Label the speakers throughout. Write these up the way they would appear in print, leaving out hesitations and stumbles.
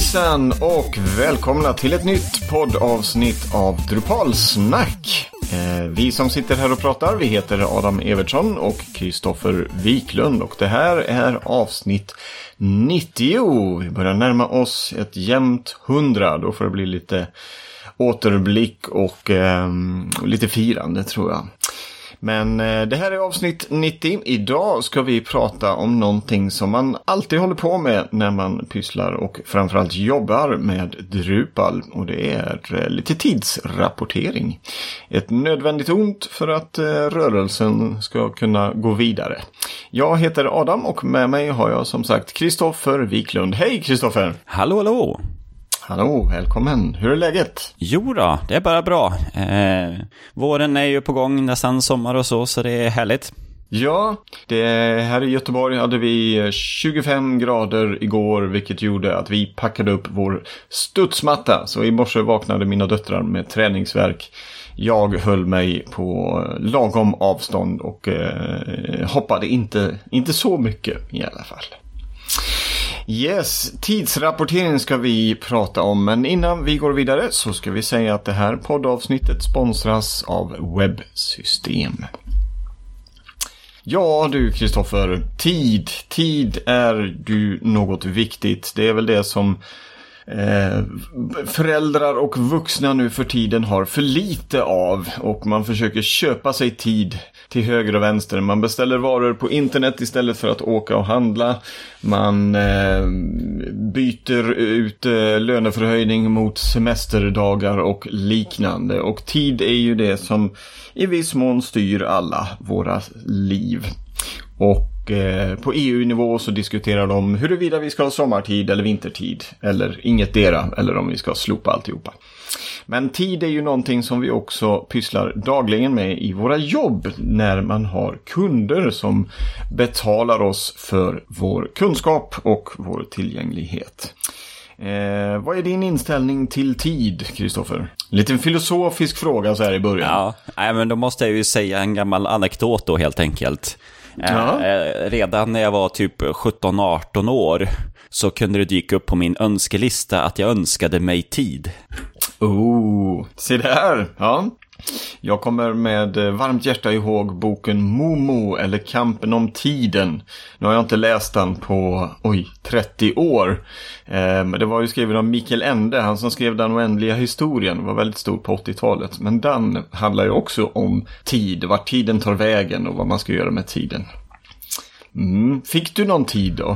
Speaker 1: Hejsan och välkomna till ett nytt poddavsnitt av Drupalsnack. Vi som sitter här och pratar, vi heter Adam Evertsson och Kristoffer Wiklund och det här är avsnitt 90. Vi börjar närma oss ett jämnt 100, då får det bli lite återblick och lite firande tror jag. Men det här är avsnitt 90. Idag ska vi prata om någonting som man alltid håller på med när man pysslar och framförallt jobbar med Drupal. Och det är lite tidsrapportering. Ett nödvändigt ont för att rörelsen ska kunna gå vidare. Jag heter Adam och med mig har jag som sagt Kristoffer Wiklund. Hej Kristoffer!
Speaker 2: Hallå, hallå!
Speaker 1: Hallå, välkommen. Hur är läget?
Speaker 2: Jo då, det är bara bra. Våren är ju på gång, nästan sommar och så det är härligt.
Speaker 1: Ja, här i Göteborg hade vi 25 grader igår, vilket gjorde att vi packade upp vår studsmatta. Så i morse vaknade mina döttrar med träningsvärk. Jag höll mig på lagom avstånd och hoppade inte så mycket i alla fall. Yes, tidsrapportering ska vi prata om, men innan vi går vidare så ska vi säga att det här poddavsnittet sponsras av Webbsystem. Ja du Kristoffer, tid är du något viktigt. Det är väl det som föräldrar och vuxna nu för tiden har för lite av och man försöker köpa sig tid till höger och vänster. Man beställer varor på internet istället för att åka och handla. Man byter ut löneförhöjning mot semesterdagar och liknande. Och tid är ju det som i viss mån styr alla våra liv. Och på EU-nivå så diskuterar de huruvida vi ska ha sommartid eller vintertid. Eller ingetdera, eller om vi ska slopa alltihopa. Men tid är ju någonting som vi också pysslar dagligen med i våra jobb när man har kunder som betalar oss för vår kunskap och vår tillgänglighet. Vad är din inställning till tid, Kristoffer? Lite en filosofisk fråga så här i början.
Speaker 2: Ja, men då måste jag ju säga en gammal anekdot då helt enkelt. Redan när jag var typ 17-18 år så kunde det dyka upp på min önskelista att jag önskade mig tid.
Speaker 1: Se där, ja. Jag kommer med varmt hjärta ihåg boken Momo eller Kampen om tiden. Nu har jag inte läst den på 30 år. Men det var ju skriven av Mikael Ende, han som skrev Den oändliga historien. Var väldigt stor på 80-talet. Men den handlar ju också om tid, vart tiden tar vägen och vad man ska göra med tiden. Fick du någon tid då?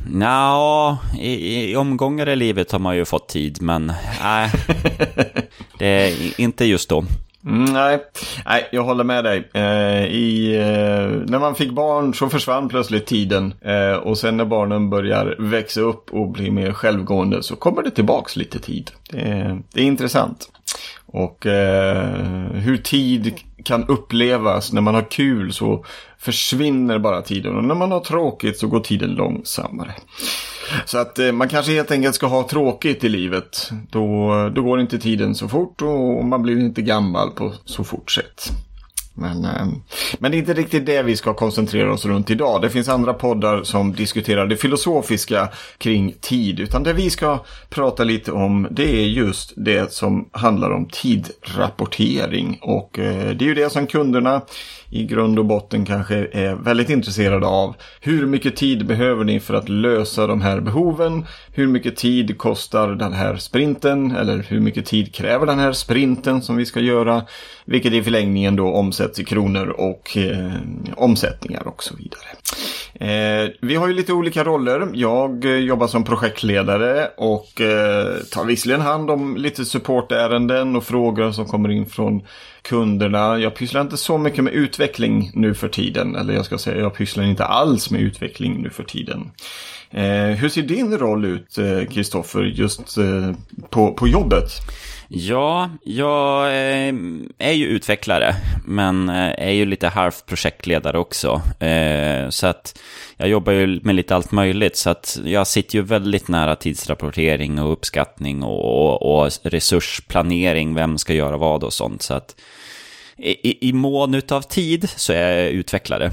Speaker 2: I omgångar i livet har man ju fått tid, men det är inte just då.
Speaker 1: Nej, jag håller med dig. När man fick barn så försvann plötsligt tiden. Och sen när barnen börjar växa upp och bli mer självgående så kommer det tillbaks lite tid. Det är intressant. Och hur tid kan upplevas när man har kul så försvinner bara tiden. Och när man har tråkigt så går tiden långsammare. Så att man kanske helt enkelt ska ha tråkigt i livet. Då går inte tiden så fort och man blir inte gammal på så fort sätt. Men det är inte riktigt det vi ska koncentrera oss runt idag. Det finns andra poddar som diskuterar det filosofiska kring tid. Utan det vi ska prata lite om, det är just det som handlar om tidrapportering. Och det är ju det som kunderna i grund och botten kanske är väldigt intresserade av. Hur mycket tid behöver ni för att lösa de här behoven? Hur mycket tid kostar den här sprinten? Eller hur mycket tid kräver den här sprinten som vi ska göra? Vilket i förlängningen då omsätts i kronor och omsättningar och så vidare. Vi har ju lite olika roller. Jag jobbar som projektledare och tar visserligen hand om lite supportärenden och frågor som kommer in från kunderna. Jag pysslar inte så mycket med utveckling nu för tiden. Eller jag ska säga, jag pysslar inte alls med utveckling nu för tiden. Hur ser din roll ut, Kristoffer, just på jobbet?
Speaker 2: Ja, jag är ju utvecklare, men är ju lite halvt projektledare också. Så att jag jobbar ju med lite allt möjligt. Så att jag sitter ju väldigt nära tidsrapportering och uppskattning och resursplanering, vem ska göra vad och sånt. Så att i mån utav tid så är jag utvecklare.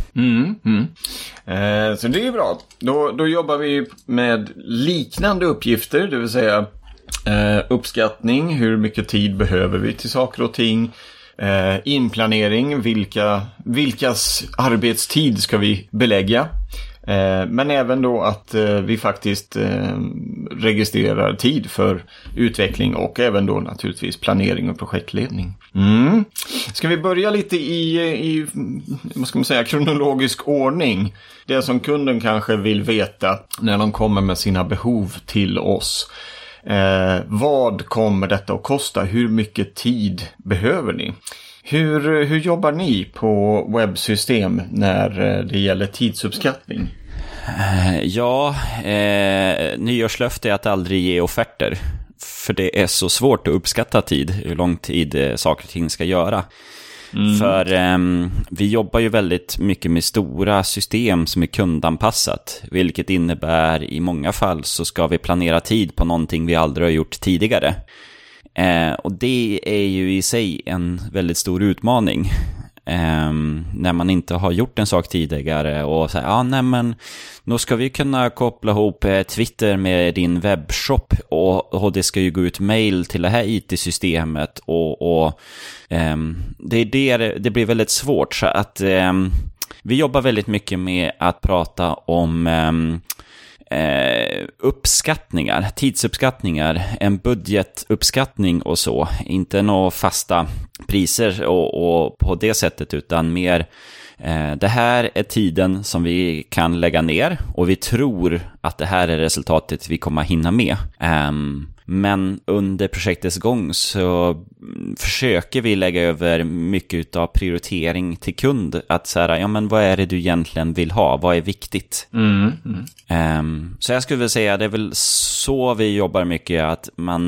Speaker 1: Så det är bra. Då jobbar vi med liknande uppgifter, det vill säga uppskattning, hur mycket tid behöver vi till saker och ting, inplanering, vilkas arbetstid ska vi belägga, men även då att vi faktiskt registrerar tid för utveckling och även då naturligtvis planering och projektledning. Ska vi börja lite i vad ska man säga, kronologisk ordning, det som kunden kanske vill veta när de kommer med sina behov till oss. Vad kommer detta att kosta? Hur mycket tid behöver ni? Hur jobbar ni på webbsystem när det gäller tidsuppskattning?
Speaker 2: Nyårslöfte är att aldrig ge offerter. För det är så svårt att uppskatta tid, hur lång tid saker och ting ska göra. För vi jobbar ju väldigt mycket med stora system som är kundanpassat, vilket innebär i många fall så ska vi planera tid på någonting vi aldrig har gjort tidigare. Och det är ju i sig en väldigt stor utmaning. När man inte har gjort en sak tidigare och säger, men nu ska vi kunna koppla ihop Twitter med din webbshop och det ska ju gå ut mail till det här IT-systemet och det blir väldigt svårt, så att vi jobbar väldigt mycket med att prata om uppskattningar, tidsuppskattningar, en budgetuppskattning och så, inte några fasta priser och på det sättet, utan mer det här är tiden som vi kan lägga ner och vi tror att det här är resultatet vi kommer hinna med. Men under projektets gång så försöker vi lägga över mycket av prioritering till kund. Att säga, men vad är det du egentligen vill ha? Vad är viktigt? Så jag skulle vilja säga, det är väl så vi jobbar mycket, att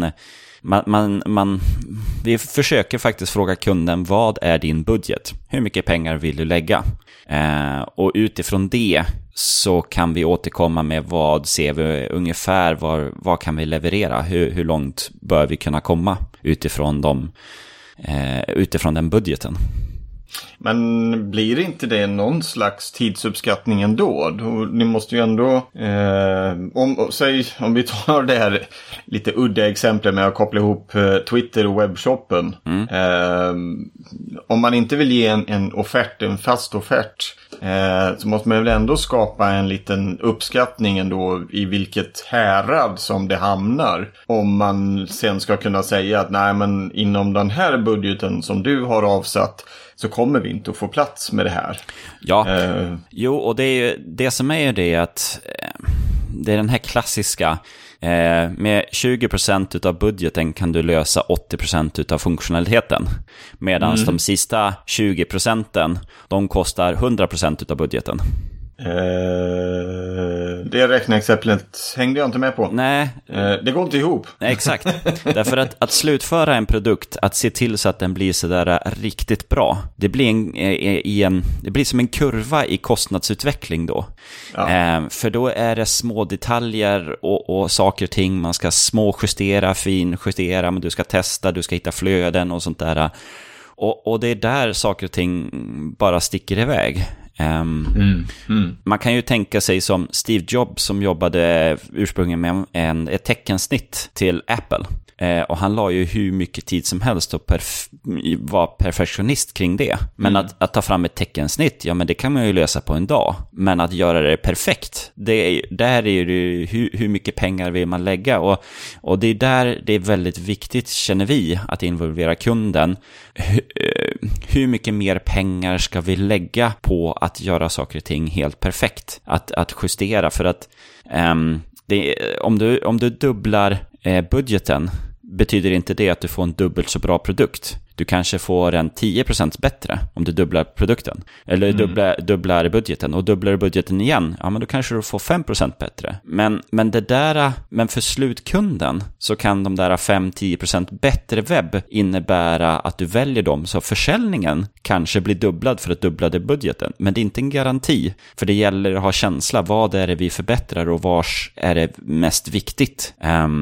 Speaker 2: vi försöker faktiskt fråga kunden, vad är din budget? Hur mycket pengar vill du lägga? Och utifrån det så kan vi återkomma med vad ser vi ungefär, vad kan vi leverera? Hur långt bör vi kunna komma utifrån den budgeten? Men
Speaker 1: blir inte det någon slags tidsuppskattning ändå? Ni måste ju ändå, om vi tar det här lite udda exemplet med att koppla ihop Twitter och webbshoppen. Om man inte vill ge en fast offert, så måste man väl ändå skapa en liten uppskattning ändå i vilket härad som det hamnar. Om man sen ska kunna säga att nej, men inom den här budgeten som du har avsatt så kommer vi inte att få plats med det här.
Speaker 2: Ja, jo, och det är ju det som är det, att det är den här klassiska, med 20% av budgeten kan du lösa 80% av funktionaliteten. Medan de sista 20% de kostar 100% av budgeten.
Speaker 1: Det räkneexemplet hängde jag inte med på.
Speaker 2: Nej.
Speaker 1: Det går inte ihop.
Speaker 2: Nej, exakt. Därför att slutföra en produkt, att se till så att den blir så där riktigt bra, det blir det blir som en kurva i kostnadsutveckling då. Ja. För då är det små detaljer och saker och ting man ska småjustera, finjustera, men du ska testa, du ska hitta flöden och sånt där. Och det är där saker och ting bara sticker iväg. Man kan ju tänka sig som Steve Jobs, som jobbade ursprungligen med ett teckensnitt till Apple. Och han la ju hur mycket tid som helst och var perfektionist kring det. Men att ta fram ett teckensnitt, ja, men det kan man ju lösa på en dag. Men att göra det perfekt, där är det hur mycket pengar vill man lägga. Och det är där det är väldigt viktigt, känner vi, att involvera kunden. Hur mycket mer pengar ska vi lägga på att göra saker och ting helt perfekt? Att justera, för att om du dubblar budgeten, betyder inte det att du får en dubbelt så bra produkt. Du kanske får en 10% bättre om du dubblar produkten. Eller dubblar budgeten. Och dubblar budgeten igen, ja, men då kanske du får 5% bättre. Men för slutkunden så kan de där 5-10% bättre webb innebära att du väljer dem. Så försäljningen kanske blir dubblad för att dubblade budgeten. Men det är inte en garanti. För det gäller att ha känsla. Vad är det vi förbättrar och vars är det mest viktigt?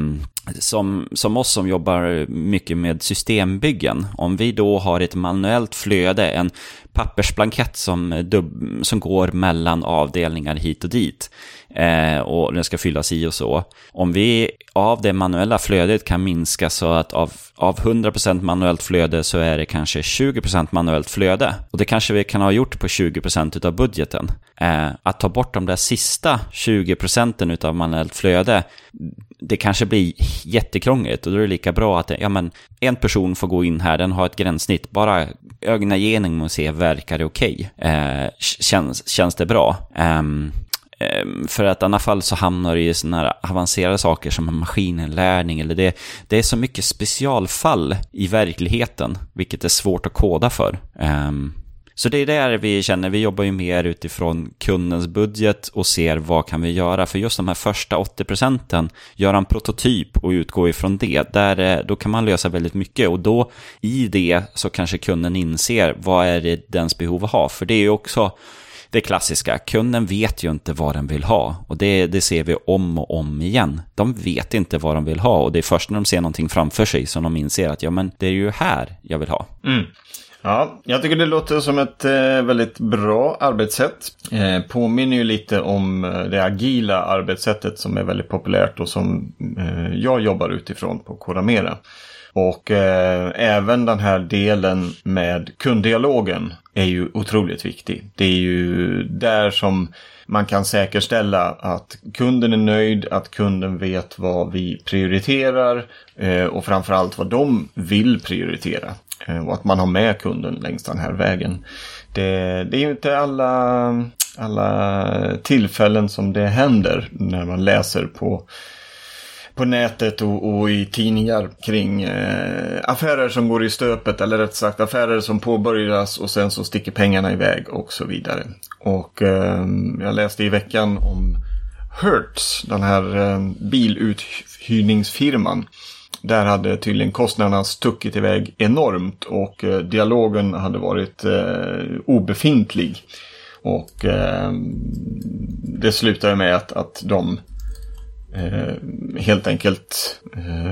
Speaker 2: som oss som jobbar mycket med systembyggen, om vi då har ett manuellt flöde, en pappersblankett som går mellan avdelningar hit och dit, och den ska fyllas i och så. Om vi av det manuella flödet kan minska så att av 100% manuellt flöde så är det kanske 20% manuellt flöde, och det kanske vi kan ha gjort på 20% utav budgeten. Att ta bort de där sista 20% utav manuellt flöde, det kanske blir jättekrångligt, och då är det lika bra att en person får gå in här, den har ett gränssnitt, bara ögna igenom och se, verkar det okej? Känns det bra? För att i alla fall så hamnar det i såna här avancerade saker som maskininlärning, eller det är så mycket specialfall i verkligheten, vilket är svårt att koda för. Så det är där vi känner, vi jobbar ju mer utifrån kundens budget och ser vad kan vi göra. För just de här första 80%, göra en prototyp och utgå ifrån det. Då kan man lösa väldigt mycket, och då i det så kanske kunden inser vad är det dens behov har. För det är ju också det klassiska, kunden vet ju inte vad den vill ha, och det ser vi om och om igen. De vet inte vad de vill ha, och det är först när de ser någonting framför sig som de inser att det är ju här jag vill ha.
Speaker 1: Ja, jag tycker det låter som ett väldigt bra arbetssätt. Påminner ju lite om det agila arbetssättet som är väldigt populärt och som jag jobbar utifrån på Kodamera. Och även den här delen med kunddialogen är ju otroligt viktig. Det är ju där som man kan säkerställa att kunden är nöjd, att kunden vet vad vi prioriterar och framförallt vad de vill prioritera. Och att man har med kunden längs den här vägen. Det är ju inte alla tillfällen som det händer när man läser på nätet och i tidningar kring affärer som går i stöpet, eller rätt sagt affärer som påbörjas och sen så sticker pengarna iväg och så vidare. Och jag läste i veckan om Hertz, den här biluthyrningsfirman. Där hade tydligen kostnaderna stuckit iväg enormt, och dialogen hade varit obefintlig. Och det slutade med att de helt enkelt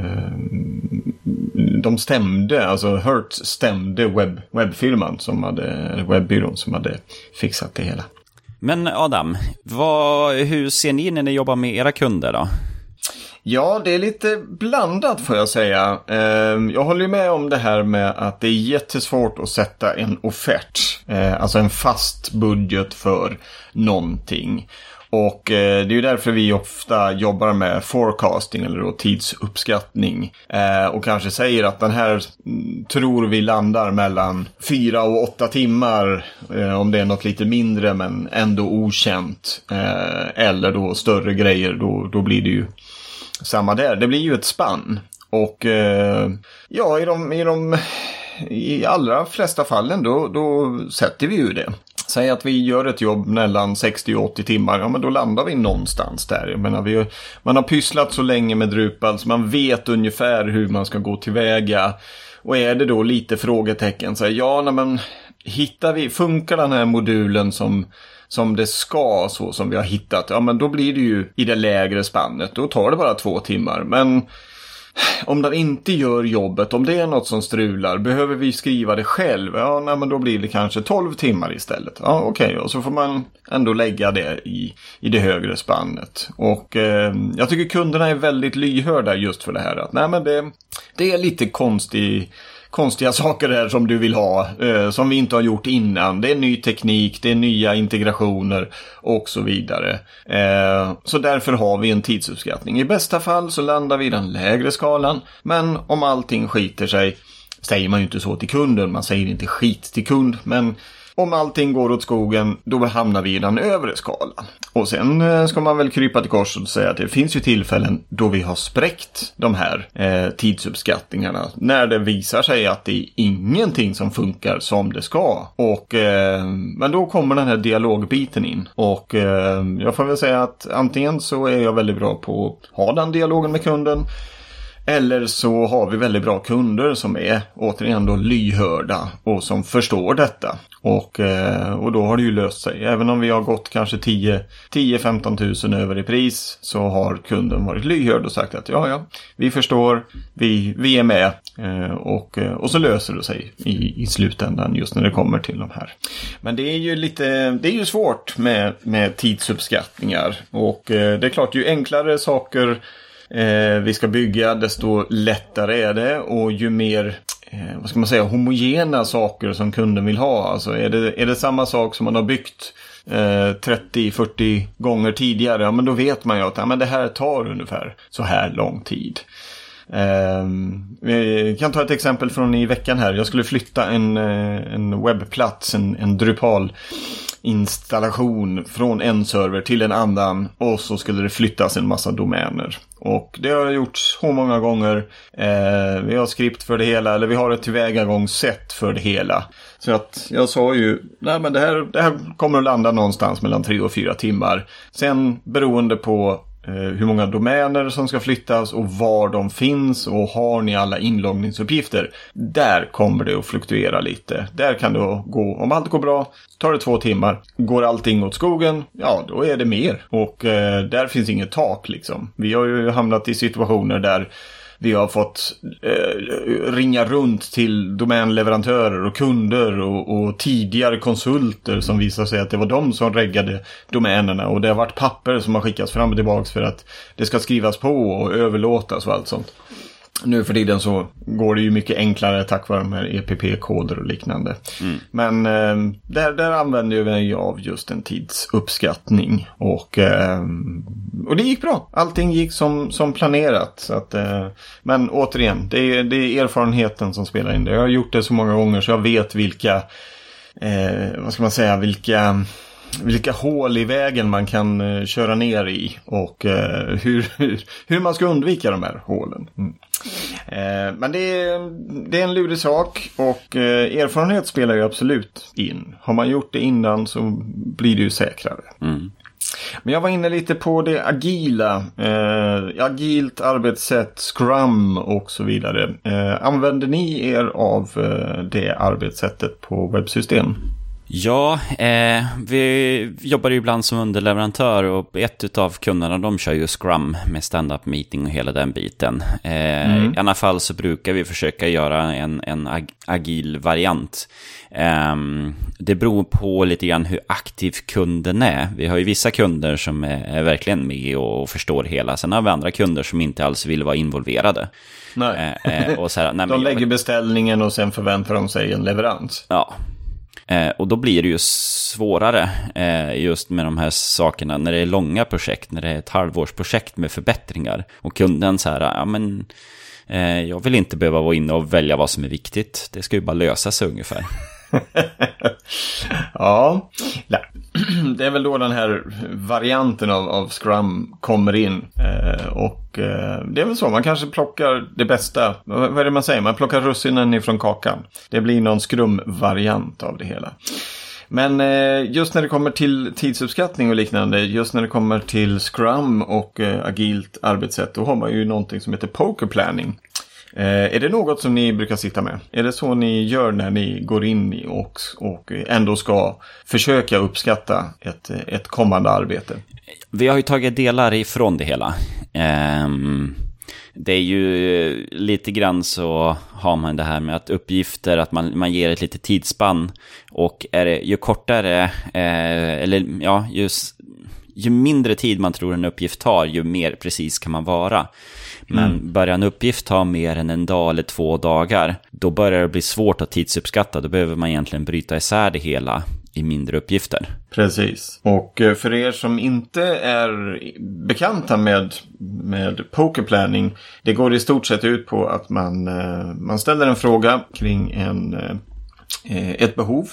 Speaker 1: de stämde, alltså Hertz stämde webbfirman webbyrån som hade fixat det hela.
Speaker 2: Men Adam, hur ser ni när ni jobbar med era kunder då?
Speaker 1: Ja, det är lite blandat får jag säga. Jag håller med om det här med att det är jättesvårt att sätta en offert, alltså en fast budget för någonting. Och det är ju därför vi ofta jobbar med forecasting eller då tidsuppskattning. Och kanske säger att den här tror vi landar mellan 4 och 8 timmar. Om det är något lite mindre men ändå okänt. Eller då större grejer, då blir det ju samma där. Det blir ju ett spann. Och ja, i allra flesta fallen då sätter vi ju det. Säg att vi gör ett jobb mellan 60 och 80 timmar, ja men då landar vi någonstans där. Jag menar, man har pysslat så länge med Drupal så man vet ungefär hur man ska gå tillväga. Och är det då lite frågetecken så men funkar den här modulen som det ska, så som vi har hittat, ja men då blir det ju i det lägre spannet, då tar det bara 2 timmar. Men om den inte gör jobbet, om det är något som strular, behöver vi skriva det själv? Ja, men då blir det kanske 12 timmar istället. Ja, okej. Och så får man ändå lägga det i det högre spannet. Och jag tycker kunderna är väldigt lyhörda just för det här. Att men det är lite konstiga saker här som du vill ha, som vi inte har gjort innan. Det är ny teknik, det är nya integrationer och så vidare. Så därför har vi en tidsuppskattning. I bästa fall så landar vi i den lägre skalan, men om allting skiter sig, säger man ju inte så till kunden, man säger inte skit till kund, men om allting går åt skogen, då hamnar vi i den övre skalan. Och sen ska man väl krypa till kors och säga att det finns ju tillfällen då vi har spräckt de här tidsuppskattningarna. När det visar sig att det är ingenting som funkar som det ska. Men då kommer den här dialogbiten in. Och jag får väl säga att antingen så är jag väldigt bra på att ha den dialogen med kunden. Eller så har vi väldigt bra kunder som är återigen då lyhörda och som förstår detta. Och då har det ju löst sig. Även om vi har gått kanske 10-15 000 över i pris, så har kunden varit lyhörd och sagt att ja, vi förstår, vi är med. Och så löser det sig i slutändan just när det kommer till de här. Men det är ju svårt med tidsuppskattningar. Och det är klart, ju enklare saker vi ska bygga, desto lättare är det. Och ju mer homogena saker som kunden vill ha. Alltså är det samma sak som man har byggt 30-40 gånger tidigare, ja, men då vet man ju att men det här tar ungefär så här lång tid. Vi kan ta ett exempel från i veckan här. Jag skulle flytta en webbplats, en Drupal-installation från en server till en annan, och så skulle det flyttas en massa domäner. Och det har jag gjort så många gånger. Vi har skript för det hela, eller vi har ett tillvägagångssätt för det hela. Så att jag sa ju, nej men det här kommer att landa någonstans mellan 3 och 4 timmar. Sen beroende på hur många domäner som ska flyttas och var de finns, och har ni alla inloggningsuppgifter, där kommer det att fluktuera lite. Där kan det gå, om allt går bra, tar det 2 timmar. Går allting åt skogen, ja då är det mer. Och där finns inget tak liksom. Vi har ju hamnat i situationer där vi har fått ringa runt till domänleverantörer och kunder och tidigare konsulter som visar sig att det var de som reggade domänerna. Och det har varit papper som har skickats fram och tillbaka för att det ska skrivas på och överlåtas och allt sånt. Nu för tiden så går det ju mycket enklare tack vare de här EPP-koder och liknande. Men där använder vi av just en tidsuppskattning. Och det gick bra. Allting gick som planerat. Så att, men återigen, det är erfarenheten som spelar in det. Jag har gjort det så många gånger så jag vet vilka hål i vägen man kan köra ner i, och hur man ska undvika de här hålen. Men det är en lurig sak, och erfarenhet spelar ju absolut in. Har man gjort det innan så blir det ju säkrare. Men jag var inne lite på det agila, agilt arbetssätt, Scrum och så vidare. Använder ni er av det arbetssättet på webbsystem?
Speaker 2: Ja, vi jobbar ju ibland som underleverantör, och ett av kunderna, de kör ju Scrum med stand-up meeting och hela den biten. I alla fall så brukar vi försöka göra en agil variant. Det beror på lite grann hur aktiv kunden är. Vi har ju vissa kunder som är verkligen med och förstår hela. Sen har vi andra kunder som inte alls vill vara involverade.
Speaker 1: Nej.
Speaker 2: Och så här,
Speaker 1: de lägger beställningen och sen förväntar de sig en leverans.
Speaker 2: Ja. Och då blir det ju svårare just med de här sakerna när det är långa projekt, när det är ett halvårsprojekt med förbättringar. Och kunden så här, jag vill inte behöva vara inne och välja vad som är viktigt. Det ska ju bara lösa sig ungefär.
Speaker 1: Ja, det är väl då den här varianten av Scrum kommer in. Och det är väl så, man kanske plockar det bästa. Vad är det man säger? Man plockar russinen ifrån kakan. Det blir någon Scrum-variant av det hela. Men just när det kommer till tidsuppskattning och liknande, just när det kommer till Scrum och agilt arbetssätt, då har man ju någonting som heter poker planning. Är det något som ni brukar sitta med? Är det så ni gör när ni går in i och ändå ska försöka uppskatta ett kommande arbete?
Speaker 2: Vi har ju tagit delar ifrån det hela. Det är ju lite grann så har man det här med att uppgifter, att man ger ett litet tidsspann, och är det ju kortare ju mindre tid man tror en uppgift tar, ju mer precis kan man vara. Men börjar en uppgift ta mer än en dag eller 2 dagar, då börjar det bli svårt att tidsuppskatta. Då behöver man egentligen bryta isär det hela i mindre uppgifter.
Speaker 1: Precis. Och för er som inte är bekanta med poker planning, det går i stort sett ut på att man ställer en fråga kring ett behov.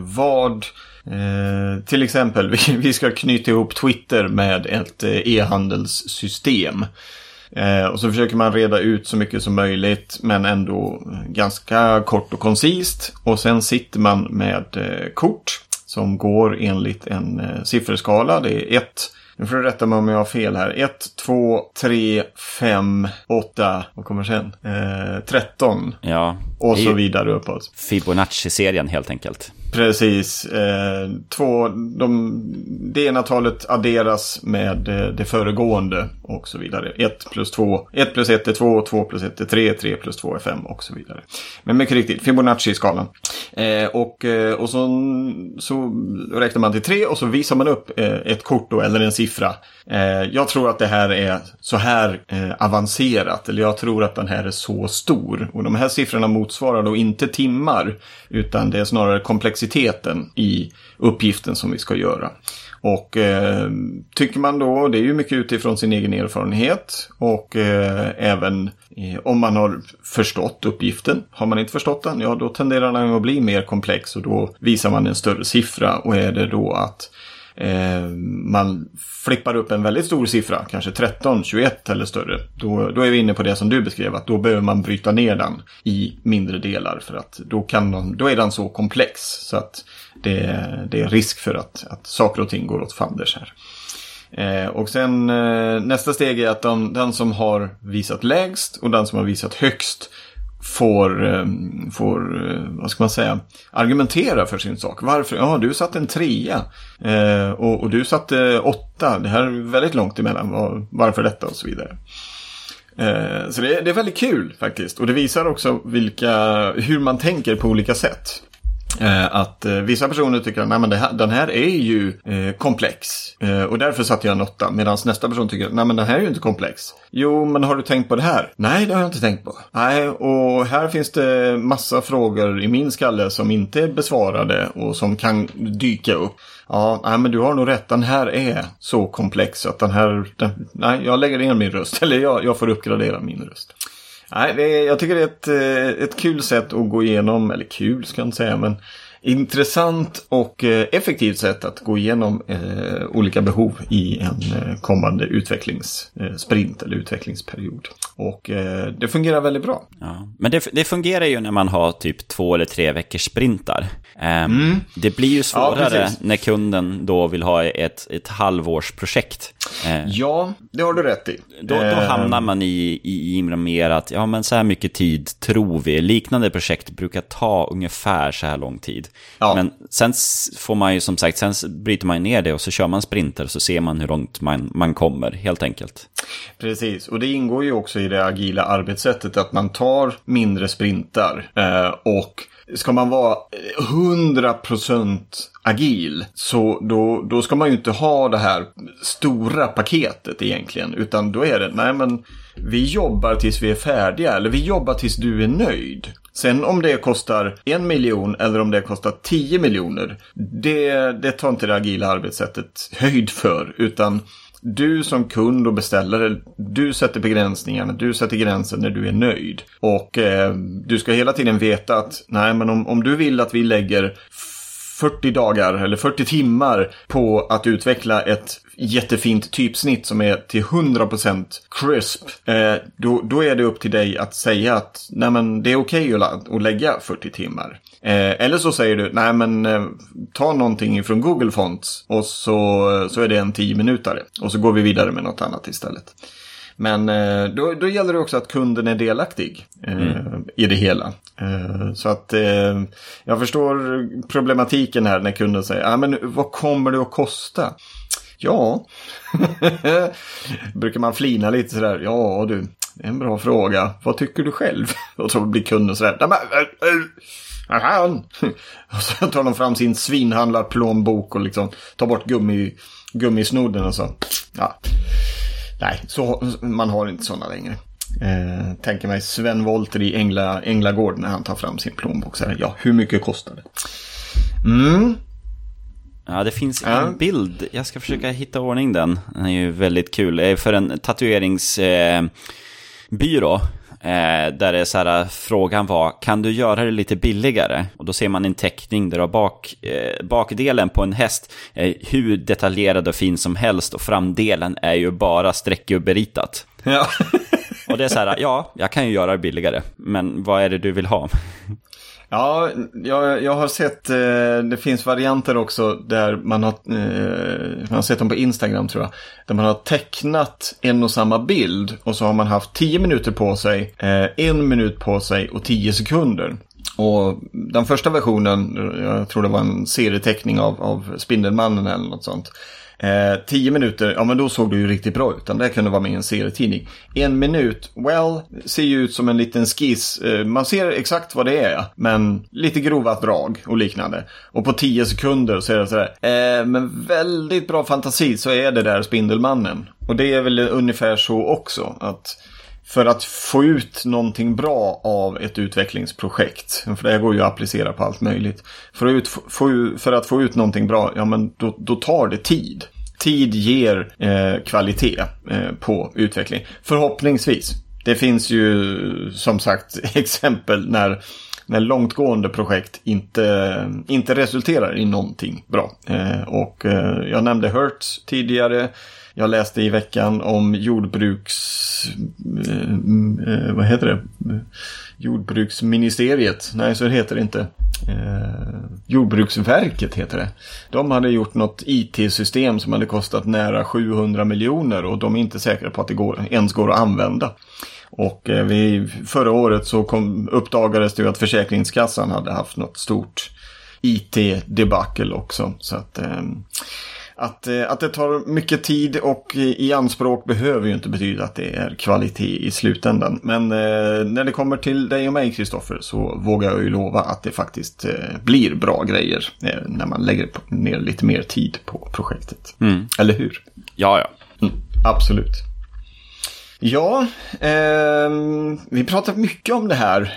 Speaker 1: Till exempel, vi ska knyta ihop Twitter med ett e-handelssystem. Och så försöker man reda ut så mycket som möjligt, men ändå ganska kort och koncist. Och sen sitter man med kort som går enligt en sifferskala. Det är 1 Nu får du rätta mig om jag har fel här. 1, 2, 3, 5, 8, vad kommer sen? 13.
Speaker 2: Ja.
Speaker 1: Och så vidare uppåt.
Speaker 2: Fibonacci-serien helt enkelt.
Speaker 1: Precis. Det ena talet adderas med det föregående och så vidare. 1 plus 2. 1 plus 1 är 2, 2 plus 1 är 3, 3 plus 2 är 5 och så vidare. Men mycket riktigt, Fibonacci-skalan. Och så räknar man till 3 och så visar man upp ett kort då, eller en siffra. Jag tror att det här är så här avancerat, eller jag tror att den här är så stor. Och de här siffrorna motsvarar då inte timmar, utan det är snarare komplexiteten i uppgiften som vi ska göra. Och tycker man då, det är ju mycket utifrån sin egen erfarenhet och även om man har förstått uppgiften. Har man inte förstått den, ja då tenderar den att bli mer komplex och då visar man en större siffra. Och är det då att man flippar upp en väldigt stor siffra, kanske 13, 21 eller större, då är vi inne på det som du beskrev, att då behöver man bryta ner den i mindre delar, för att då är den så komplex så att det är risk för att saker och ting går åt fanders här. Och sen nästa steg är att den som har visat lägst och den som har visat högst får vad ska man säga, argumentera för sin sak. Varför? Ja, du satte en 3 och du satte 8. Det här är väldigt långt emellan. Varför detta och så vidare. Så det är väldigt kul faktiskt. Och det visar också hur man tänker på olika sätt. Att vissa personer tycker att den här är ju komplex och därför satte jag en 8, medan nästa person tycker att den här är ju inte komplex. Jo, men har du tänkt på det här? Nej, det har jag inte tänkt på. Nej, och här finns det massa frågor i min skalle som inte är besvarade och som kan dyka upp. Ja, nej, men du har nog rätt. Den här är så komplex att nej, jag lägger ner min röst, eller jag får uppgradera min röst. Nej, jag tycker det är ett kul sätt att gå igenom, eller kul ska jag inte säga, men intressant och effektivt sätt att gå igenom olika behov i en kommande utvecklingssprint eller utvecklingsperiod. Och det fungerar väldigt bra. Ja,
Speaker 2: men det fungerar ju när man har typ 2 eller 3 veckors sprintar. Det blir ju svårare när kunden då vill ha ett halvårsprojekt.
Speaker 1: Ja, det har du rätt i.
Speaker 2: Då hamnar man i mer att ja, men så här mycket tid tror vi. Liknande projekt brukar ta ungefär så här lång tid. Ja. Men sen får man ju som sagt, sen bryter man ner det och så kör man sprinter, så ser man hur långt man kommer helt enkelt.
Speaker 1: Precis, och det ingår ju också i det agila arbetssättet att man tar mindre sprintar och ska man vara 100% agil, så då ska man ju inte ha det här stora paketet egentligen, utan då är det, nej men vi jobbar tills vi är färdiga, eller vi jobbar tills du är nöjd. Sen om det kostar 1 miljon eller om det kostar 10 miljoner, det tar inte det agila arbetssättet höjd för, utan du som kund och beställare, du sätter begränsningarna, du sätter gränsen när du är nöjd. Och du ska hela tiden veta att nej, men om du vill att vi lägger 40 dagar eller 40 timmar på att utveckla ett jättefint typsnitt som är till 100% crisp, då är det upp till dig att säga att nej, men det är okej att lägga 40 timmar. Eller så säger du, nej men ta någonting från Google Fonts och så är det en 10 minuter och så går vi vidare med något annat istället. Men då gäller det också att kunden är delaktig i det hela. Så att jag förstår problematiken här när kunden säger, men vad kommer det att kosta? Ja, brukar man flina lite sådär, ja du, det är en bra fråga, vad tycker du själv? Och så blir kunden sådär, och så tar de fram sin svinhandlarplånbok och liksom tar bort gummisnodden och så. Ja. Nej, så man har inte sådana längre. Tänker mig Sven Wollter i Änglagård när han tar fram sin plånbok så här, ja, hur mycket kostar det?
Speaker 2: Ja, det finns en bild. Jag ska försöka hitta ordning den. Den är ju väldigt kul. För en tatueringsbyrå. Där det är så här, frågan var, kan du göra det lite billigare? Och då ser man en teckning där bakdelen på en häst är hur detaljerad och fin som helst, och framdelen är ju bara streckgubberitat. Ja. Och det är så här, ja, jag kan ju göra det billigare, men vad är det du vill ha?
Speaker 1: Ja, jag har sett, det finns varianter också där man har sett dem på Instagram tror jag. Där man har tecknat en och samma bild och så har man haft 10 minuter på sig, 1 minut på sig och 10 sekunder. Och den första versionen, jag tror det var en serieteckning av Spindelmannen eller något sånt. 10 minuter, ja men då såg det ju riktigt bra ut. Det kunde vara med i en serietidning. 1 minut, ser ju ut som en liten skiss. Man ser exakt vad det är, men lite grova drag och liknande. Och på 10 sekunder så är det sådär, men väldigt bra fantasi så är det där Spindelmannen. Och det är väl ungefär så också, att för att få ut någonting bra av ett utvecklingsprojekt, för det går ju att applicera på allt möjligt. För att få ut någonting bra, ja men då tar det tid. Tid ger kvalitet på utveckling. Förhoppningsvis. Det finns ju som sagt exempel när långtgående projekt inte resulterar i någonting bra. Och jag nämnde Hertz tidigare. Jag läste i veckan om jordbruksministeriet. Nej, så heter det inte. Jordbruksverket heter det. De hade gjort något IT-system som hade kostat nära 700 miljoner och de är inte säkra på att det ens går att använda. Och förra året så uppdagades det ju att Försäkringskassan hade haft något stort IT-debacle också. Så att det tar mycket tid och i anspråk behöver ju inte betyda att det är kvalitet i slutändan. Men när det kommer till dig och mig, Kristoffer, så vågar jag ju lova att det faktiskt blir bra grejer när man lägger ner lite mer tid på projektet. Mm. Eller hur?
Speaker 2: Ja.
Speaker 1: Absolut. Ja, vi pratar mycket om det här.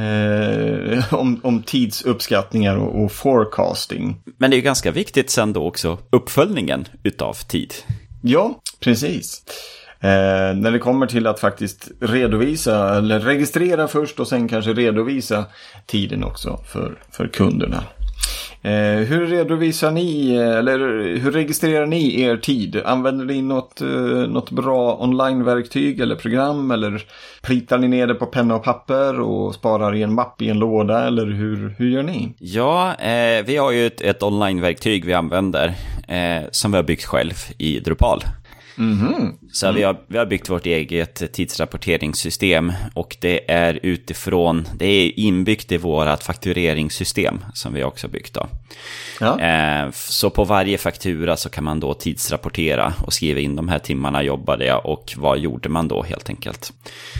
Speaker 1: Om tidsuppskattningar och forecasting.
Speaker 2: Men det är ju ganska viktigt sen då också uppföljningen utav tid.
Speaker 1: Ja, precis. När det kommer till att faktiskt redovisa eller registrera först och sen kanske redovisa tiden också för kunderna. Hur redovisar ni eller hur registrerar ni er tid? Använder ni något bra online-verktyg eller program eller plitar ni ner det på penna och papper och sparar i en mapp i en låda eller hur gör ni?
Speaker 2: Ja, vi har ju ett online-verktyg vi använder som vi har byggt själv i Drupal. Mm-hmm. Så vi har byggt vårt eget tidsrapporteringssystem och det är inbyggt i vårt faktureringssystem som vi också byggt då. Ja. Så på varje faktura så kan man då tidsrapportera och skriva in de här timmarna jobbade jag och vad gjorde man då helt enkelt.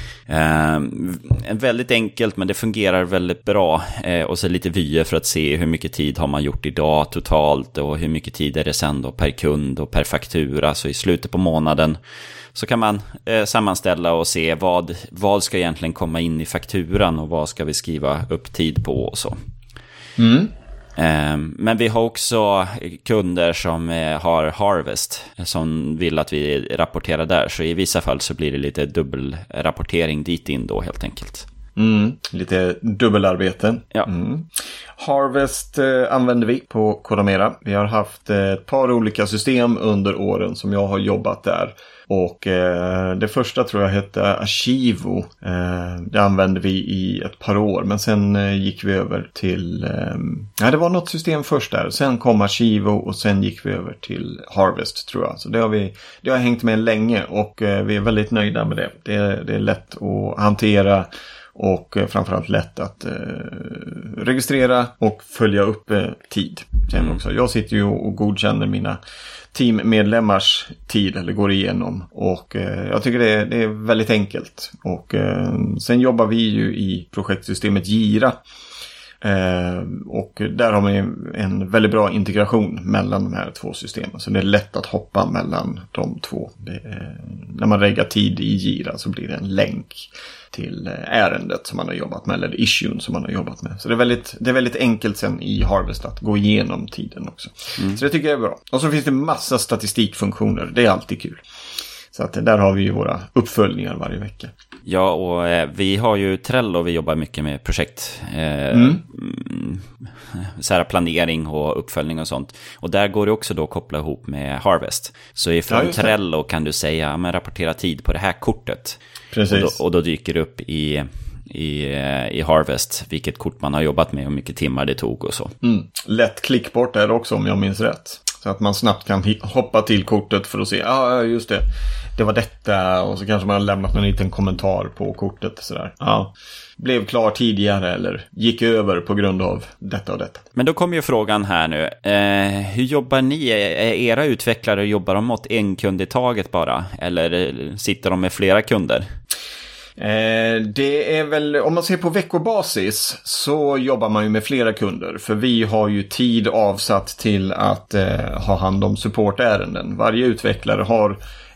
Speaker 2: Väldigt enkelt men det fungerar väldigt bra och så lite vyer för att se hur mycket tid har man gjort idag totalt och hur mycket tid är det sen då per kund och per faktura, så i slutet på månaden så kan man sammanställa och se vad ska egentligen komma in i fakturan och vad ska vi skriva upp tid på och så. Men vi har också kunder som har Harvest som vill att vi rapporterar där. Så i vissa fall så blir det lite dubbelrapportering dit in då helt enkelt.
Speaker 1: Lite dubbelarbete.
Speaker 2: Ja.
Speaker 1: Harvest använder vi på Kodamera. Vi har haft ett par olika system under åren som jag har jobbat där. Och det första tror jag hette Archivo. Det använde vi i ett par år. Men sen gick vi över till... det var något system först där. Sen kom Archivo och sen gick vi över till Harvest tror jag. Så det har hängt med länge och vi är väldigt nöjda med det. Det är lätt att hantera och framförallt lätt att registrera och följa upp tid. Sen också. Jag sitter ju och godkänner mina teammedlemmars tid eller går igenom och jag tycker det är väldigt enkelt och sen jobbar vi ju i projektsystemet Gira och där har vi en väldigt bra integration mellan de här två systemen så det är lätt att hoppa mellan de två. När man reggar tid i Gira så blir det en länk till ärendet som man har jobbat med eller issuen som man har jobbat med. Så det är väldigt enkelt sen i Harvest att gå igenom tiden också. Så det tycker jag är bra. Och så finns det massa statistikfunktioner. Det är alltid kul. Så att där har vi ju våra uppföljningar varje vecka.
Speaker 2: Ja, och vi har ju Trello, vi jobbar mycket med projekt. Så här planering och uppföljning och sånt. Och där går det också då att koppla ihop med Harvest. Så ifrån Trello kan du säga, men rapportera tid på det här kortet.
Speaker 1: Precis.
Speaker 2: Och då dyker det upp i i Harvest, vilket kort man har jobbat med och hur mycket timmar det tog och så.
Speaker 1: Lätt klickbort är det också om jag minns rätt. Så att man snabbt kan hoppa till kortet för att se, just det. Det var detta, och så kanske man har lämnat en liten kommentar på kortet. Sådär. Ja, blev klar tidigare eller gick över på grund av detta och detta.
Speaker 2: Men då kommer ju frågan här nu. Hur jobbar ni? Är era utvecklare, jobbar de mot en kund i taget bara? Eller sitter de med flera kunder?
Speaker 1: Det är väl, om man ser på veckobasis så jobbar man ju med flera kunder, för vi har ju tid avsatt till att ha hand om supportärenden. Varje utvecklare har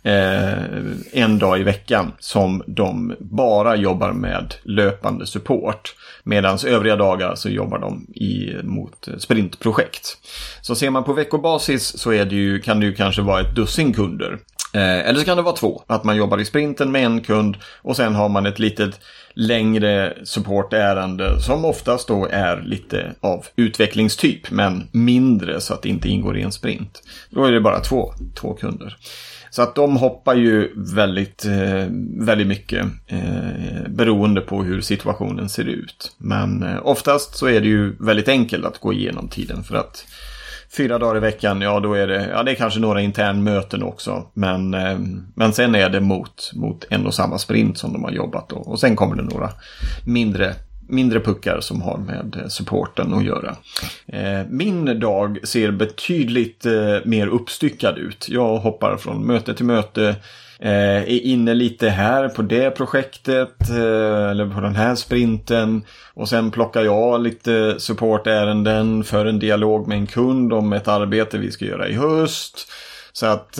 Speaker 1: en dag i veckan som de bara jobbar med löpande support, medan övriga dagar så jobbar de mot sprintprojekt. Så ser man på veckobasis så är det ju, kan det ju kanske vara ett dussin kunder. Eller så kan det vara 2. Att man jobbar i sprinten med en kund och sen har man ett litet längre supportärende som oftast då är lite av utvecklingstyp men mindre, så att det inte ingår i en sprint. Då är det bara två kunder. Så att de hoppar ju väldigt mycket beroende på hur situationen ser ut. Men oftast så är det ju väldigt enkelt att gå igenom tiden, för att 4 dagar i veckan, då är det, det är kanske några internmöten också. Men sen är det mot en och samma sprint som de har jobbat då. Och sen kommer det några mindre puckar som har med supporten att göra. Min dag ser betydligt mer uppstyckad ut. Jag hoppar från möte till möte. Är inne lite här på det projektet eller på den här sprinten, och sen plockar jag lite supportärenden för en dialog med en kund om ett arbete vi ska göra i höst. Så att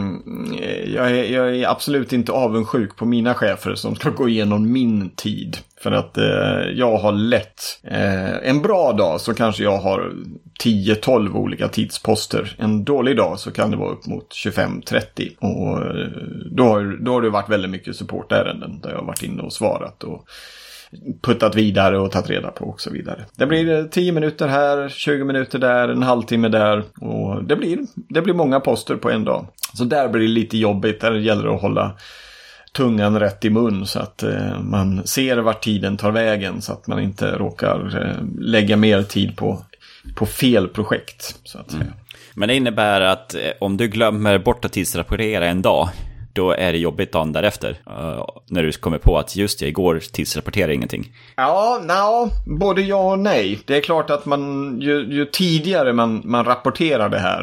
Speaker 1: jag är absolut inte avundsjuk på mina chefer som ska gå igenom min tid. För att jag har lätt en bra dag så kanske jag har 10-12 olika tidsposter. En dålig dag så kan det vara upp mot 25-30. Och då har det varit väldigt mycket supportärenden där jag har varit inne och svarat och puttat vidare och tagit reda på och så vidare. Det blir 10 minuter här, 20 minuter där, en halvtimme där, och det blir många poster på en dag. Så där blir det lite jobbigt, där gäller det att hålla tungan rätt i mun så att man ser vart tiden tar vägen, så att man inte råkar lägga mer tid på fel projekt så att säga.
Speaker 2: Men det innebär att om du glömmer bort att tidsrapportera en dag, då är det jobbigt dagen därefter. När du kommer på att just igår tidsrapporterade ingenting. Både ja och nej. Det är klart att ju tidigare man rapporterar det här,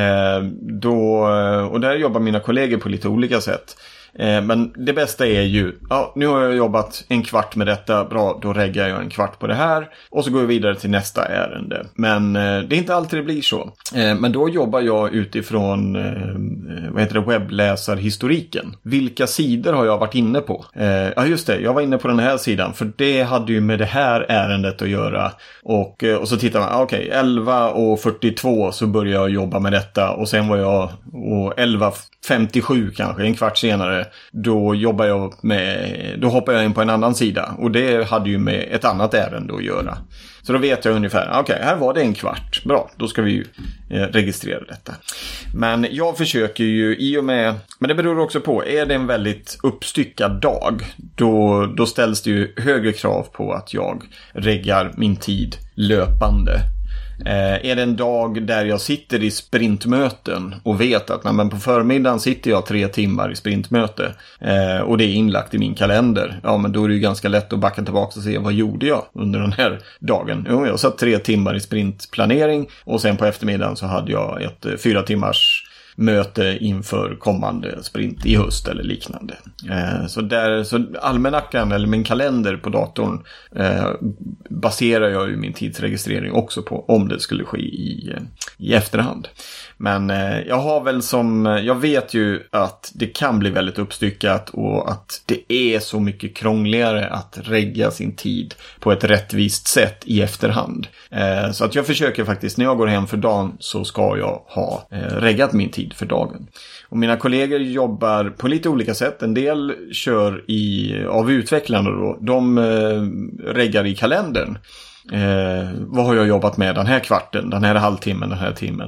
Speaker 2: och där jobbar mina kollegor på lite olika sätt. Men det bästa är ju, nu har jag jobbat en kvart med detta, bra, då reggar jag en kvart på det här och så går jag vidare till nästa ärende. Men det är inte alltid det blir så. Men då jobbar jag utifrån webbläsarhistoriken. Vilka sidor har jag varit inne på? Just det, jag var inne på den här sidan, för det hade ju med det här ärendet att göra. Och så tittar man, 11:42 så började jag jobba med detta, och sen var jag 11:57 kanske, en kvart senare, då hoppar jag in på en annan sida, och det hade ju med ett annat ärende att göra. Så då vet jag ungefär, här var det en kvart. Bra, då ska vi ju registrera detta. Men jag försöker ju men det beror också på, är det en väldigt uppstyckad dag, då ställs det ju högre krav på att jag reggar min tid löpande. Är det en dag där jag sitter i sprintmöten och vet att men på förmiddagen sitter jag 3 timmar i sprintmöte och det är inlagt i min kalender, men då är det ju ganska lätt att backa tillbaka och se vad gjorde jag under den här dagen. Jag satt 3 timmar i sprintplanering, och sen på eftermiddagen så hade jag ett 4 timmars möte inför kommande sprint i höst eller liknande. Så almanackan eller min kalender på datorn baserar jag ju min tidsregistrering också på, om det skulle ske i efterhand. Men jag vet ju att det kan bli väldigt uppstyckat, och att det är så mycket krångligare att regga sin tid på ett rättvist sätt i efterhand. Så att jag försöker faktiskt, när jag går hem för dagen så ska jag ha reggat min tid för dagen. Och mina kollegor jobbar på lite olika sätt. En del kör av utvecklarna då. De reggar i kalendern. Vad har jag jobbat med den här kvarten, den här halvtimmen, den här timmen.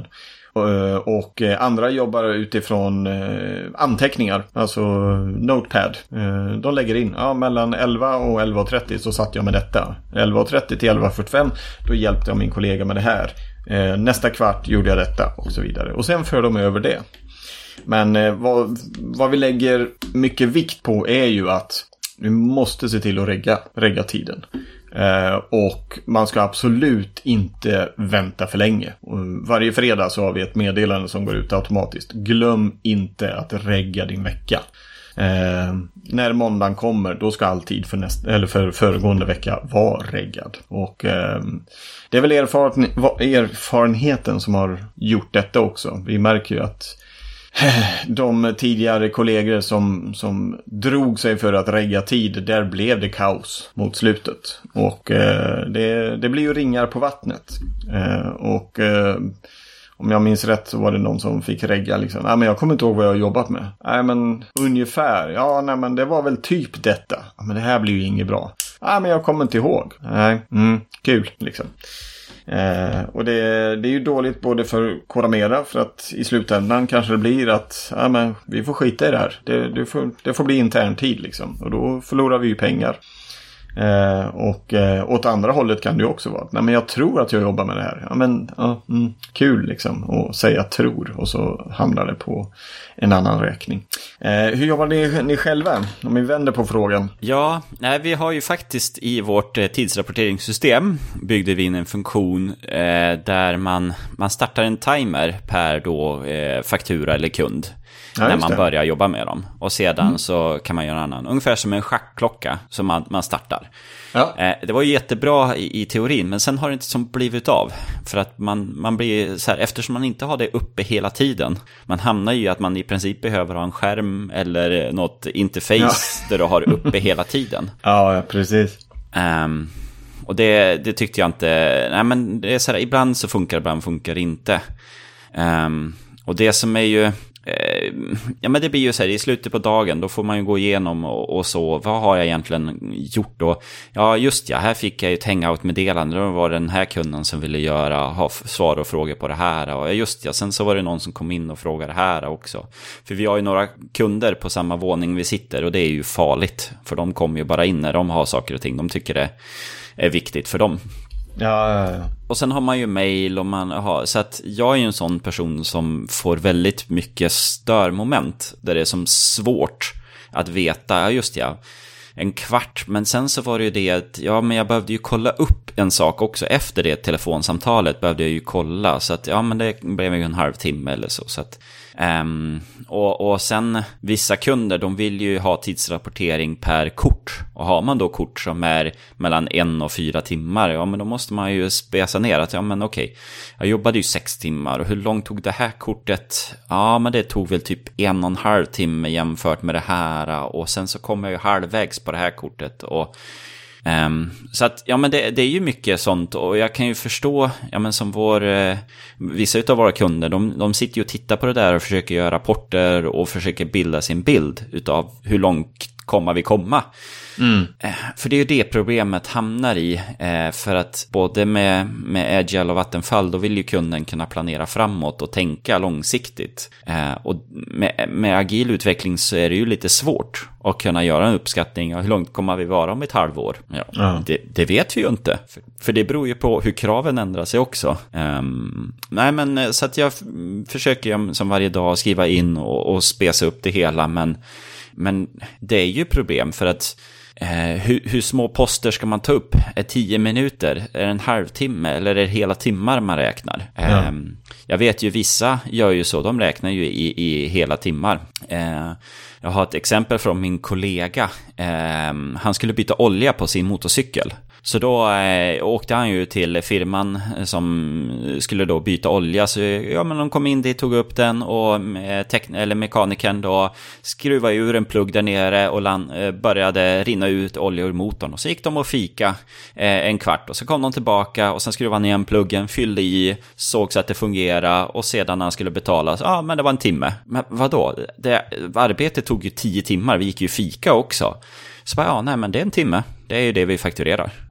Speaker 1: Och andra jobbar utifrån anteckningar, alltså notepad. De lägger in, mellan 11 och 11.30 så satt jag med detta. 11.30 till 11.45 då hjälpte jag min kollega med det här. Nästa kvart gjorde jag detta och så vidare. Och sen för de över det. Men vad vi lägger mycket vikt på är ju att vi måste se till att regga tiden. Och man ska absolut inte vänta för länge. Varje fredag så har vi ett meddelande som går ut automatiskt. Glöm inte att regga din vecka. När måndagen kommer, då ska all tid för föregående vecka vara reggad. Och det är väl erfarenheten som har gjort detta också. Vi märker ju att de tidigare kollegor som drog sig för att regga tid, där blev det kaos mot slutet. Och det blir ju ringar på vattnet. Och om jag minns rätt så var det någon som fick regga liksom. Men jag kommer inte ihåg vad jag har jobbat med. Men ungefär. Men det var väl typ detta. Men det här blir ju inget bra. Men jag kommer inte ihåg. Nej, kul liksom. Och det är ju dåligt både för Kodamera, för att i slutändan kanske det blir att men vi får skita i det här. Det får bli intern tid liksom. Och då förlorar vi ju pengar. Och åt andra hållet kan det ju också vara. Nej, men jag tror att jag jobbar med det här. Kul liksom. Och säga tror. Och så hamnar det på en annan räkning. Hur jobbar ni själva? Om vi vänder på frågan.
Speaker 2: Ja, vi har ju faktiskt i vårt tidsrapporteringssystem byggde vi in en funktion där man startar en timer per då faktura eller kund. När man börjar jobba med dem. Och sedan så kan man göra en annan. Ungefär som en schackklocka som man startar. Ja. Det var ju jättebra i teorin. Men sen har det inte som blivit av. För att man blir så här, eftersom man inte har det uppe hela tiden. Man hamnar ju att man i princip behöver ha en skärm eller något interface där du har uppe hela tiden.
Speaker 1: Ja, precis.
Speaker 2: Och det tyckte jag inte. Nej, men det är så här, ibland så funkar, ibland funkar det inte. Och det som är ju men det blir ju så här, i slutet på dagen då får man ju gå igenom och så, vad har jag egentligen gjort då? Ja, just här fick jag ju ett hangout-meddelande, då var det den här kunden som ville ha svar och frågor på det här, och just sen så var det någon som kom in och frågade här också. För vi har ju några kunder på samma våning vi sitter, och det är ju farligt, för de kommer ju bara in när de har saker och ting de tycker det är viktigt för dem.
Speaker 1: Ja.
Speaker 2: Och sen har man ju mejl och man har, så att jag är ju en sån person som får väldigt mycket störmoment där det är som svårt att veta, en kvart, men sen så var det ju det att men jag behövde ju kolla upp en sak också efter det telefonsamtalet, behövde jag ju kolla, så att men det blev ju en halvtimme eller så att och sen vissa kunder, de vill ju ha tidsrapportering per kort, och har man då kort som är mellan 1 och 4 timmar, men då måste man ju spesa ner att okej, jag jobbade ju 6 timmar, och hur långt tog det här kortet? Men det tog väl typ 1,5 timme jämfört med det här, och sen så kommer jag ju halvvägs på det här kortet, och så att men det är ju mycket sånt, och jag kan ju förstå som vissa utav våra kunder, de sitter ju och tittar på det där och försöker göra rapporter och försöker bilda sin bild utav hur långt kommer vi komma. För det är ju det problemet hamnar i, för att både med Agile och Vattenfall, då vill ju kunden kunna planera framåt och tänka långsiktigt, och med agil utveckling så är det ju lite svårt att kunna göra en uppskattning av hur långt kommer vi vara om ett halvår. Det vet vi ju inte, för det beror ju på hur kraven ändrar sig också. Nej, men så att jag försöker som varje dag skriva in och spesa upp det hela, men det är ju problem, för att hur små poster ska man ta upp? Är 10 minuter? Är det en halvtimme? Eller är det hela timmar man räknar? Jag vet ju, vissa gör ju så. De räknar ju i hela timmar. Jag har ett exempel från min kollega. Han skulle byta olja på sin motorcykel. Så då åkte han ju till firman som skulle då byta olja. Så men de kom in dit, tog upp den, och mekanikern då skruvade ur en plugg där nere och började rinna ut olja ur motorn. Och så gick de och fika en kvart, och så kom de tillbaka och sen skruvade han igen pluggen, fyllde i, såg så att det fungerade, och sedan när han skulle betala, men det var en timme. Men vadå? Arbetet tog ju 10 timmar, vi gick ju fika också. Så bara, men det är en timme. Det är ju det vi fakturerar.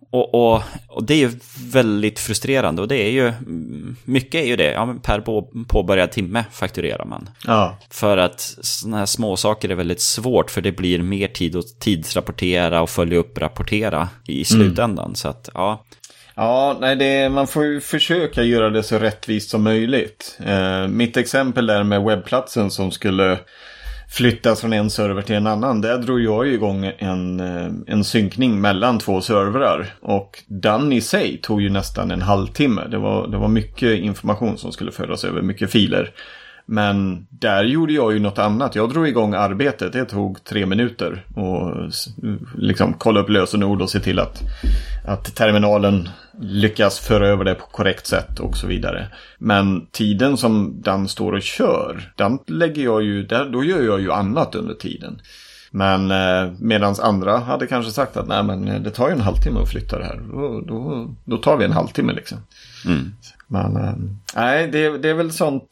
Speaker 2: Och det är ju väldigt frustrerande, och det är ju, mycket är ju det, ja, men per påbörjad timme fakturerar man.
Speaker 1: Ja.
Speaker 2: För att såna här små saker är väldigt svårt, för det blir mer tid att tidsrapportera och följa upp, rapportera i slutändan. Så att, ja.
Speaker 1: Ja, nej, man får ju försöka göra det så rättvist som möjligt. Mitt exempel där med webbplatsen som skulle flyttas från en server till en annan, där drog jag igång en synkning mellan 2 servrar, och den i sig tog ju nästan en halvtimme. Det var mycket information som skulle föras över, mycket filer. Men där gjorde jag ju något annat. Jag drog igång arbetet. Det tog 3 minuter. Och liksom kolla upp lösenord och se till att terminalen lyckas föra över det på korrekt sätt och så vidare. Men tiden som den står och kör, den lägger jag ju, då gör jag ju annat under tiden. Men medans andra hade kanske sagt att nej, men det tar ju en halvtimme att flytta det här. Då tar vi en halvtimme liksom. Men nej, det är väl sånt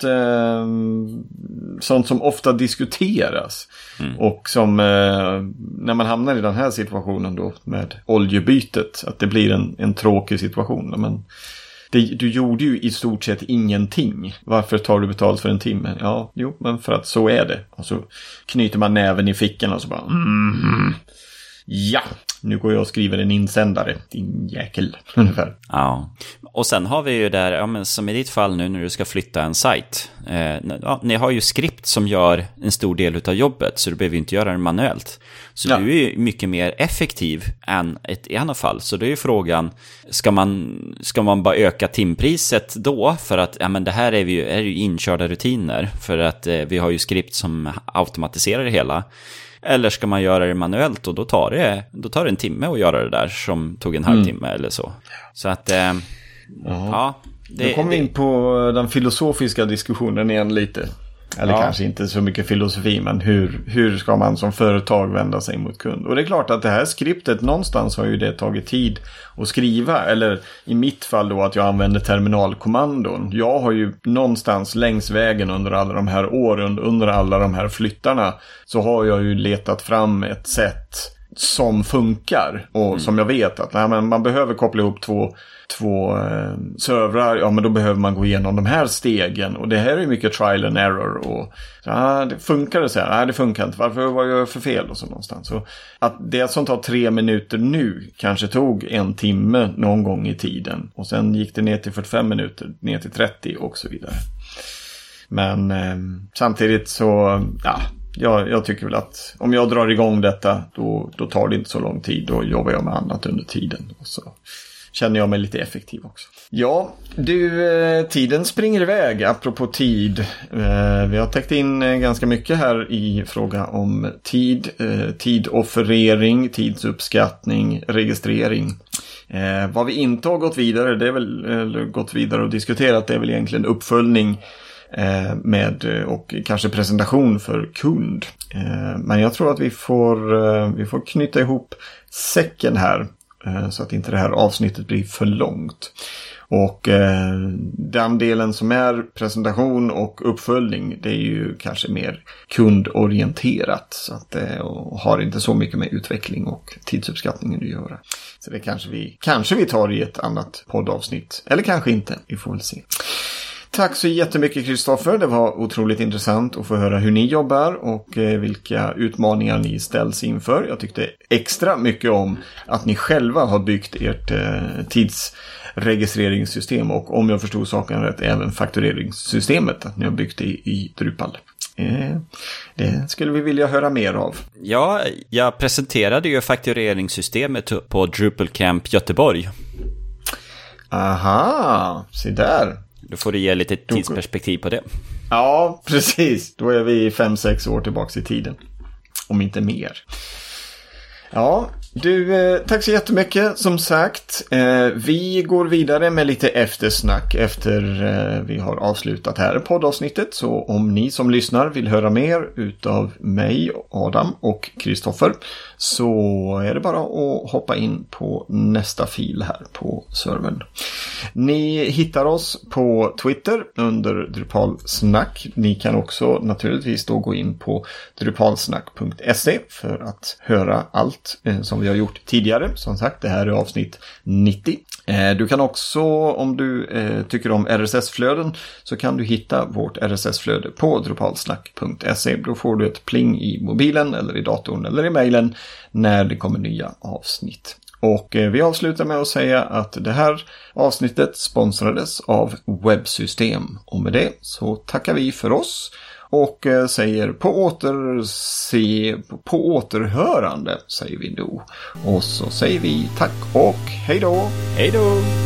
Speaker 1: som ofta diskuteras. Och som när man hamnar i den här situationen då med oljebytet, att det blir en tråkig situation. Men du gjorde ju i stort sett ingenting. Varför tar du betalt för en timme? Ja, jo, men för att så är det. Och så knyter man näven i fickan och så bara ja, nu går jag och skriver en insändare. Din jäkel, ungefär.
Speaker 2: Ja, och sen har vi ju där, ja, men som i ditt fall nu när du ska flytta en sajt. Ni har ju skript som gör en stor del av jobbet, så du behöver inte göra det manuellt. Så du är ju mycket mer effektiv än i annat fall. Så det är ju frågan, ska man bara öka timpriset då? För att ja, men det här är ju inkörda rutiner. För att vi har ju skript som automatiserar det hela. Eller ska man göra det manuellt, och då tar det en timme att göra det där som tog en halvtimme eller så. Så att ja,
Speaker 1: då kommer vi in på den filosofiska diskussionen igen lite. Eller kanske inte så mycket filosofi, men hur ska man som företag vända sig mot kund? Och det är klart att det här skriptet, någonstans har ju det tagit tid att skriva. Eller i mitt fall då att jag använder terminalkommandon. Jag har ju någonstans längs vägen under alla de här åren, under alla de här flyttarna, så har jag ju letat fram ett sätt som funkar. Och som jag vet att man behöver koppla ihop två servrar, ja, men då behöver man gå igenom de här stegen, och det här är ju mycket trial and error, och det funkar det så här, nej det funkar inte, vad gör jag för fel och så någonstans. Så att det som tar 3 minuter nu kanske tog 1 timme någon gång i tiden, och sen gick det ner till 45 minuter, ner till 30 och så vidare. Men samtidigt så jag tycker väl att om jag drar igång detta, då tar det inte så lång tid, då jobbar jag med annat under tiden, och så känner jag mig lite effektiv också. Ja, tiden springer iväg. Apropå tid. Vi har täckt in ganska mycket här i fråga om tidofferering, tidsuppskattning, registrering. Vad vi inte har gått vidare, det är väl gått vidare och diskuterat, det är väl egentligen uppföljning med och kanske presentation för kund. Men jag tror att vi får knyta ihop säcken här, så att inte det här avsnittet blir för långt. Och den delen som är presentation och uppföljning, det är ju kanske mer kundorienterat, så att det har inte så mycket med utveckling och tidsuppskattningen att göra. Så det kanske vi tar i ett annat poddavsnitt, eller kanske inte, vi får väl se. Tack så jättemycket, Kristoffer. Det var otroligt intressant att få höra hur ni jobbar och vilka utmaningar ni ställs inför. Jag tyckte extra mycket om att ni själva har byggt ert tidsregistreringssystem, och om jag förstod saken rätt även faktureringssystemet, att ni har byggt det i Drupal. Det skulle vi vilja höra mer av.
Speaker 2: Ja, jag presenterade ju faktureringssystemet på Drupal Camp Göteborg.
Speaker 1: Aha, se där.
Speaker 2: Då får du ge lite tidsperspektiv på det.
Speaker 1: Ja, precis. Då är vi 5-6 år tillbaka i tiden. Om inte mer. Ja, tack så jättemycket som sagt. Vi går vidare med lite eftersnack efter vi har avslutat här poddavsnittet. Så om ni som lyssnar vill höra mer utav mig, Adam och Kristoffer, så är det bara att hoppa in på nästa fil här på servern. Ni hittar oss på Twitter under Drupalsnack. Ni kan också naturligtvis då gå in på drupalsnack.se för att höra allt som vi vi har gjort tidigare. Som sagt, det här är avsnitt 90. Du kan också, om du tycker om RSS-flöden, så kan du hitta vårt RSS-flöde på drupalsnack.se. Då får du ett pling i mobilen eller i datorn eller i mejlen när det kommer nya avsnitt. Och vi avslutar med att säga att det här avsnittet sponsrades av Webbsystem. Och med det så tackar vi för oss och säger på återhörande, säger vi då. Och så säger vi tack och hej då!
Speaker 2: Hej då!